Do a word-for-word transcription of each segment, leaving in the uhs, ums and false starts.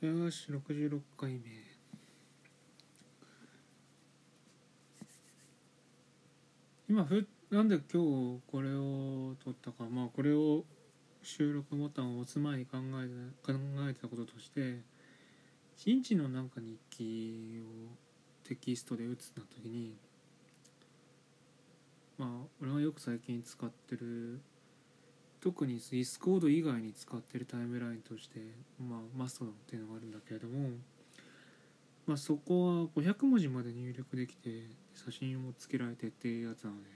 よし、ろくじゅうろっかいめ。今ふなんで今日これを撮ったか、まあこれを収録ボタンを押す前に考えて考えてたこととして、一日のなんか日記をテキストで打つな時に、まあ俺がよく最近使ってる、特にディスコード以外に使ってるタイムラインとして、まあマストドンっていうのがあるんだけれども、まあそこはごひゃくもじまで入力できて写真もつけられてっていうやつなので、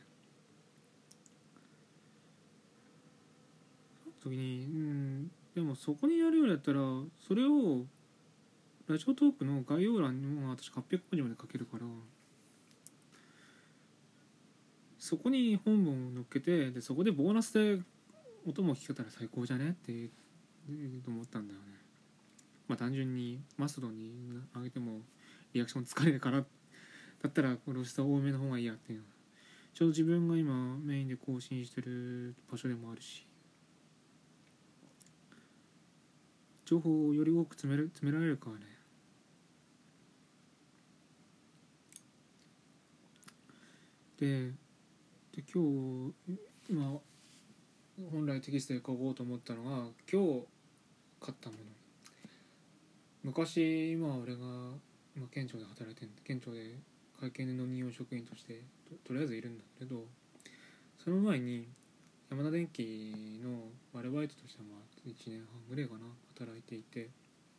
時にうんでもそこにやるようだったら、それをラジオトークの概要欄にも私はっぴゃくもじまで書けるから、そこに本文を載っけて、でそこでボーナスで音も聞けたら最高じゃねって思ったんだよね。まあ単純にマストドンに上げてもリアクション疲れるからだったら露出多めの方がいいやっていうのは、ちょうど自分が今メインで更新してる場所でもあるし、情報をより多く詰める詰められるからね。でで今日今本来テキストで書こうと思ったのが、今日買ったもの。昔今俺が今県庁で働いてる県庁で会計年度任用職員としてと, とりあえずいるんだけど、その前にヤマダ電機のアルバイトとしてまあいちねんはんぐらいかな働いていて、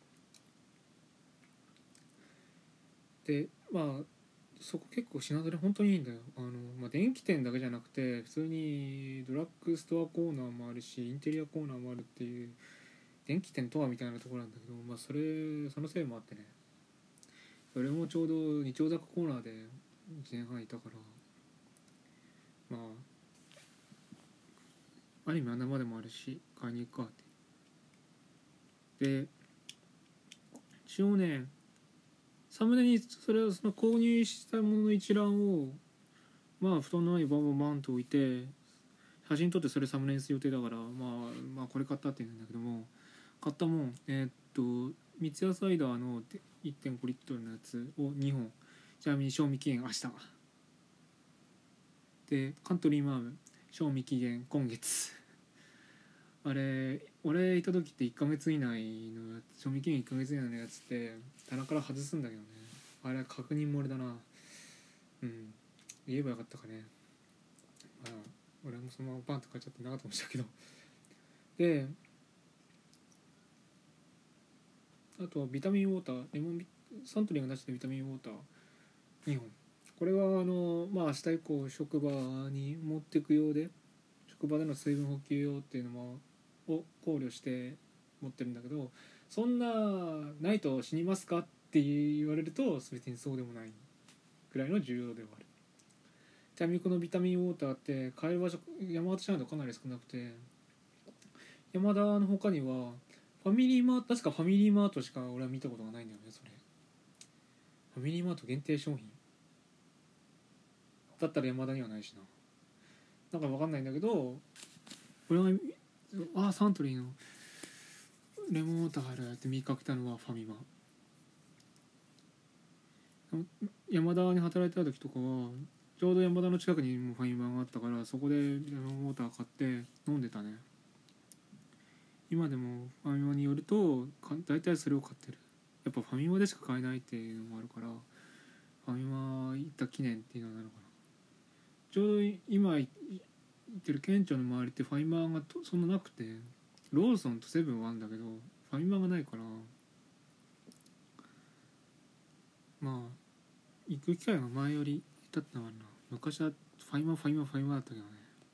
でまあそこ結構品揃え本当にいいんだよ。あの、まあ、電気店だけじゃなくて普通にドラッグストアコーナーもあるしインテリアコーナーもあるっていう、電気店とはみたいなところなんだけど、まあそれそのせいもあってね、それもちょうど日曜坂コーナーでいちねんはんいたから、まあある意味穴場でもあるし買いに行くかって。で一応ね、サムネにそれをその購入したものの一覧をまあ布団の上にバンバンバンと置いて写真撮って、それサムネにする予定だから、まあまあこれ買ったって言うんだけども、買ったもんえー、っと三ツ矢サイダーの いってんご リットルのやつをにほん、ちなみに賞味期限明日で、カントリーマーム賞味期限今月。あれ俺いた時っていっかげつ以内のやつ、賞味期限いっかげつ以内のやつって棚から外すんだけどね、あれ確認漏れだな。うん言えばよかったかね。まあ俺もそのままバンと買っちゃってなかったかもしれないけど。であとはビタミンウォーター、レモンビサントリーが出してるビタミンウォーターにほん、これはあのまあ明日以降職場に持っていくようで、職場での水分補給用っていうのもを考慮して持ってるんだけど、そんなないと死にますかって言われると別にそうでもないくらいの重要ではある。ちなみにこのビタミンウォーターって買える場所山形市内だとかなり少なくて、山田の他にはファミリーマート、確かファミリーマートしか俺は見たことがないんだよね。それファミリーマート限定商品だったら山田にはないしな、なんか分かんないんだけど、俺があサントリーのレモンウォーターがあるって見かけたのはファミマ。山田に働いてた時とかはちょうど山田の近くにもファミマがあったから、そこでレモンウォーター買って飲んでたね。今でもファミマによると大体それを買ってる。やっぱファミマでしか買えないっていうのもあるから、ファミマ行った記念っていうのなのかな。ちょうど今行ってる県庁の周りってファミマがそんななくて、ローソンとセブンはあるんだけどファミマがないから、まあ行く機会が前よりだったのかな。昔はファミマファミマファミマだったけどね。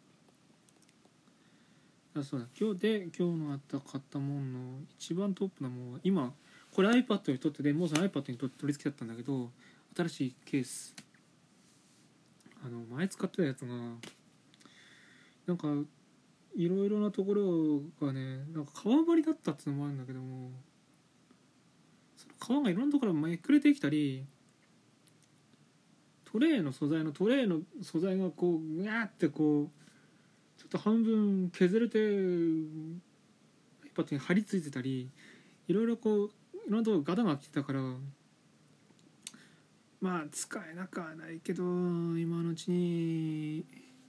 あ、そうだ、今日で今日のあった買ったもんの一番トップなものは、今これ iPad にとってでもうその iPad にとって取り付けだったんだけど、新しいケース、あの前使ってたやつがなんかいろいろなところがね、なんか革張りだったっていうのもあるんだけども、その革がいろんなところがめくれてきたり、トレイの素材のトレイの素材がこうぐわーってこうちょっと半分削れて iPad に貼り付いてたり、いろいろこういろんなとこガタが来てたから、まあ使えなくはないけど今のうちに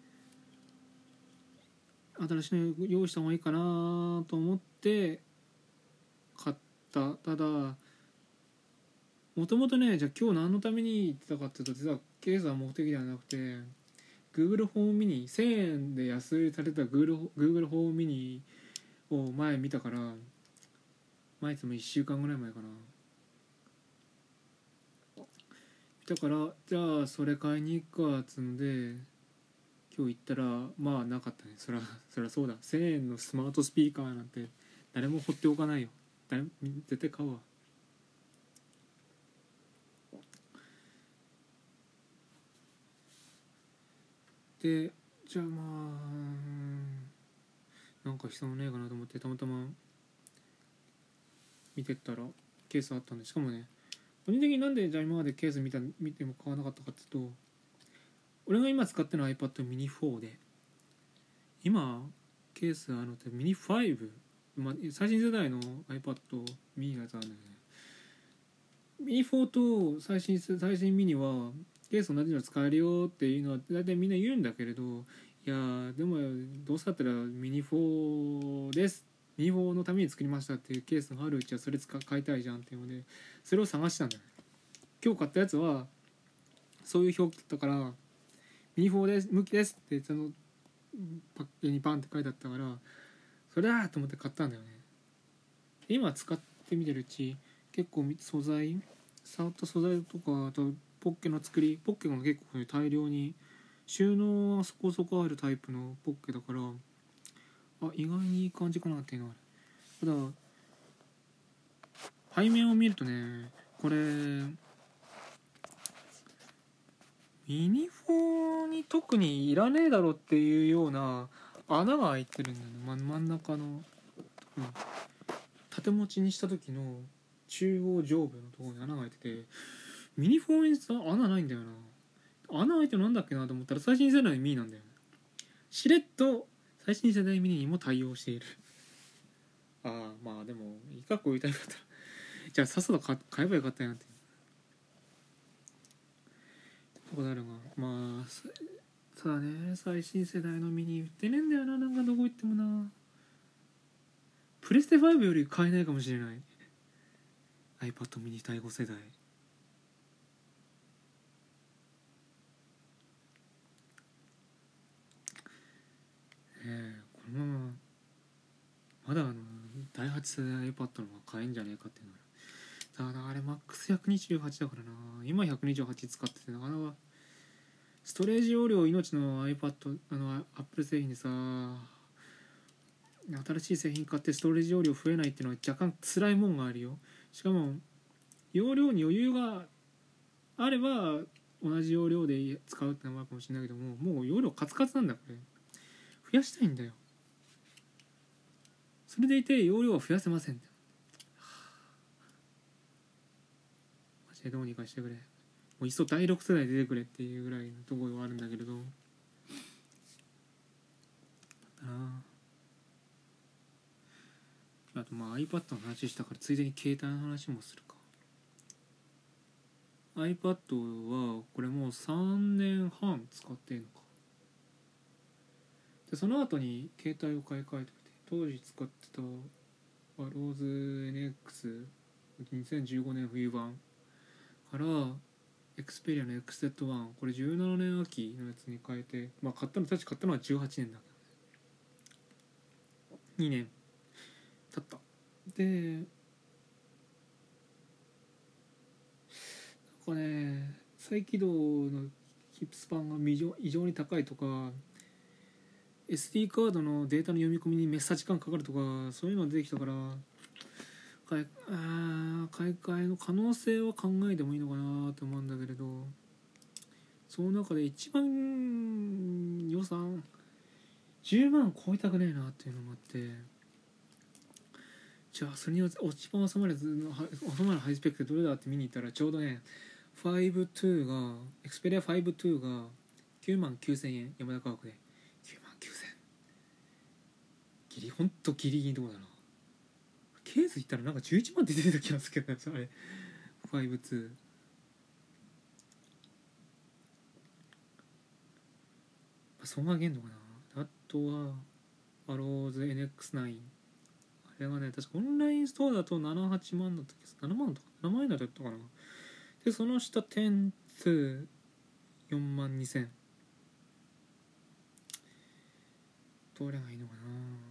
新しいの用意した方がいいかなと思って買った。ただもともとね、じゃあ今日何のために行ってたかっていうと、実はケースは目的ではなくて Google ホームミニせんえんで安売りされた Google, Google ホームミニを前見たから、前いつもいっしゅうかんぐらい前かなだから、じゃあそれ買いに行くかっつんで今日行ったらまあなかったね。そりゃそりゃそうだ、せんえんのスマートスピーカーなんて誰も放っておかないよ。誰絶対買うわ。でじゃあまあなんか質問ねえかなと思ってたまたま見てったらケースあったんで、しかもね個人的になんでじゃあ今までケース見た見ても買わなかったかっていうと、俺が今使ってるのは iPad mini フォーで、今ケースあのミニファイブ、まあ、最新世代の iPad mini のやつあるんだよね。ミニフォーと最新最新ミニはケース同じの使えるよっていうのは大体みんな言うんだけれど、いやでもどうせだったらミニフォーですミニフォーのために作りましたっていうケースがあるうちはそれ使買いたいじゃんっていうのでそれを探したんだよね。今日買ったやつはそういう表記だったからミニフォーです向きですってそのパッケージにバンって書いてあったからそれだと思って買ったんだよね。今使ってみてるうち結構素材触った素材とかあとポッケの作りポッケが結構大量に収納はそこそこあるタイプのポッケだからあ意外にいい感じかなっていうのはある。ただ背面を見るとねこれミニフォーに特にいらねえだろっていうような穴が開いてるんだよね、ま、真ん中の、うん、縦持ちにした時の中央上部のところに穴が開いててミニフォーにさ穴ないんだよな。穴開いてなんだっけなと思ったら最新世代ミニなんだよ。しれっと最新世代ミニにも対応している。ああまあでもいいかこういうタイプだったらじゃあさっさと買えばよかったやんってとこであるが、まあただね最新世代のミニ売ってねえんだよな。なんかどこ行ってもな。プレステファイブより買えないかもしれない iPad mini だいご世代。えー、このまままだあのだいはち世代 iPad の方が買えんじゃねえかっていうのはただあれマックスひゃくにじゅうはちだからな。今ひゃくにじゅうはち使っててなかなかストレージ容量命の iPad あの Apple 製品でさ新しい製品買ってストレージ容量増えないっていうのは若干辛いもんがあるよ。しかも容量に余裕があれば同じ容量で使うってのもあるかもしれないけどももう容量カツカツなんだこれ。増やしたいんだよ。それでいて容量は増やせません。マジでどうにかしてくれ。もういっそだいろく世代出てくれっていうぐらいのところはあるんだけれどなあ。あとまあ iPad の話したからついでに携帯の話もするか。 iPad はこれもうさんねんはん使ってるのか。でその後に携帯を買い替えてて当時使ってたローズ エヌエックスにせんじゅうごねん冬版からエクスペリアの エクスゼットワン これじゅうななねん秋のやつに変えて、まあ買ったの確か買ったのはじゅうはちねんだけどにねん経ったでなんかね再起動のヒップスパンが異常に高いとか エスディー カードのデータの読み込みにめっさ時間かかるとかそういうのが出てきたから買いあ買い替えの可能性は考えてもいいのかなと思うんだけれどその中で一番予算じゅうまん超えたくねえなっていうのもあってじゃあそれに一番収まる収まるハイスペックってどれだって見に行ったらちょうどねファイブツーがエクスペリアファイブツーがきゅうまんきゅうせんえん山田価格できゅうまんきゅうせんギリほんとギリギリのとこだな。 ケースいったらなんかじゅういちまんって出てた気がするけどね、それファイブツー。そんな限度かな。あとはアローズ エヌエックスナイン、 あれがね確かオンラインストアだとなな、はちまんだったっけ、ななまんとかななまん円だったかな。でその下テンツーよんまんにせん、どれがいいのかな。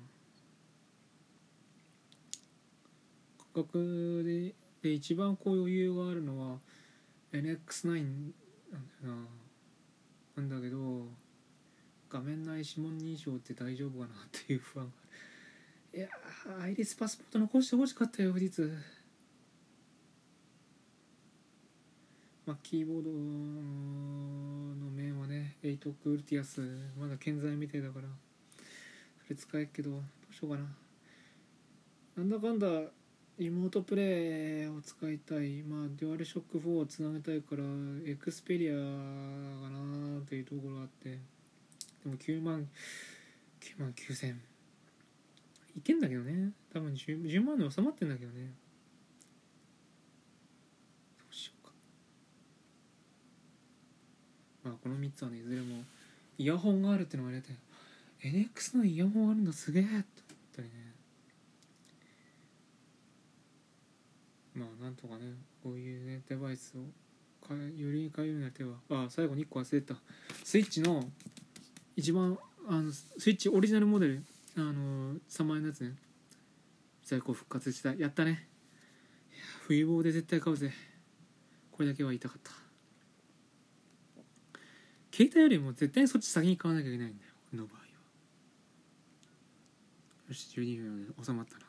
価格でで一番こう余裕があるのは エヌエックスナイン なんだよな。なんだけど画面内指紋認証って大丈夫かなっていう不安がある。いやーアイリスパスポート残してほしかったよ富士通。まあキーボードの面はねエイトクールティアスまだ健在みたいだからそれ使えっけどどうしようかな。なんだかんだリモートプレイを使いたい、まあデュアルショックフォーをつなげたいからエクスペリアかなというところがあって、でもきゅうまんきゅうまんきゅうせんいけんだけどね、多分 10, じゅうまんで収まってんだけどね。どうしようか。まあこのみっつはねいずれもイヤホンがあるってのがあれで エヌエックス のイヤホンあるんだすげえって思ったりね。まあなんとかねこういうねデバイスをかより買えるようになっては、あ最後にいっこ忘れてた。スイッチの一番あのスイッチオリジナルモデルあのさんまん円のやつね、在庫復活した。やったね。いや冬棒で絶対買うぜ。これだけは言いたかった。携帯よりも絶対にそっち先に買わなきゃいけないんだよこの場合は。よしじゅうにふんで収まったな。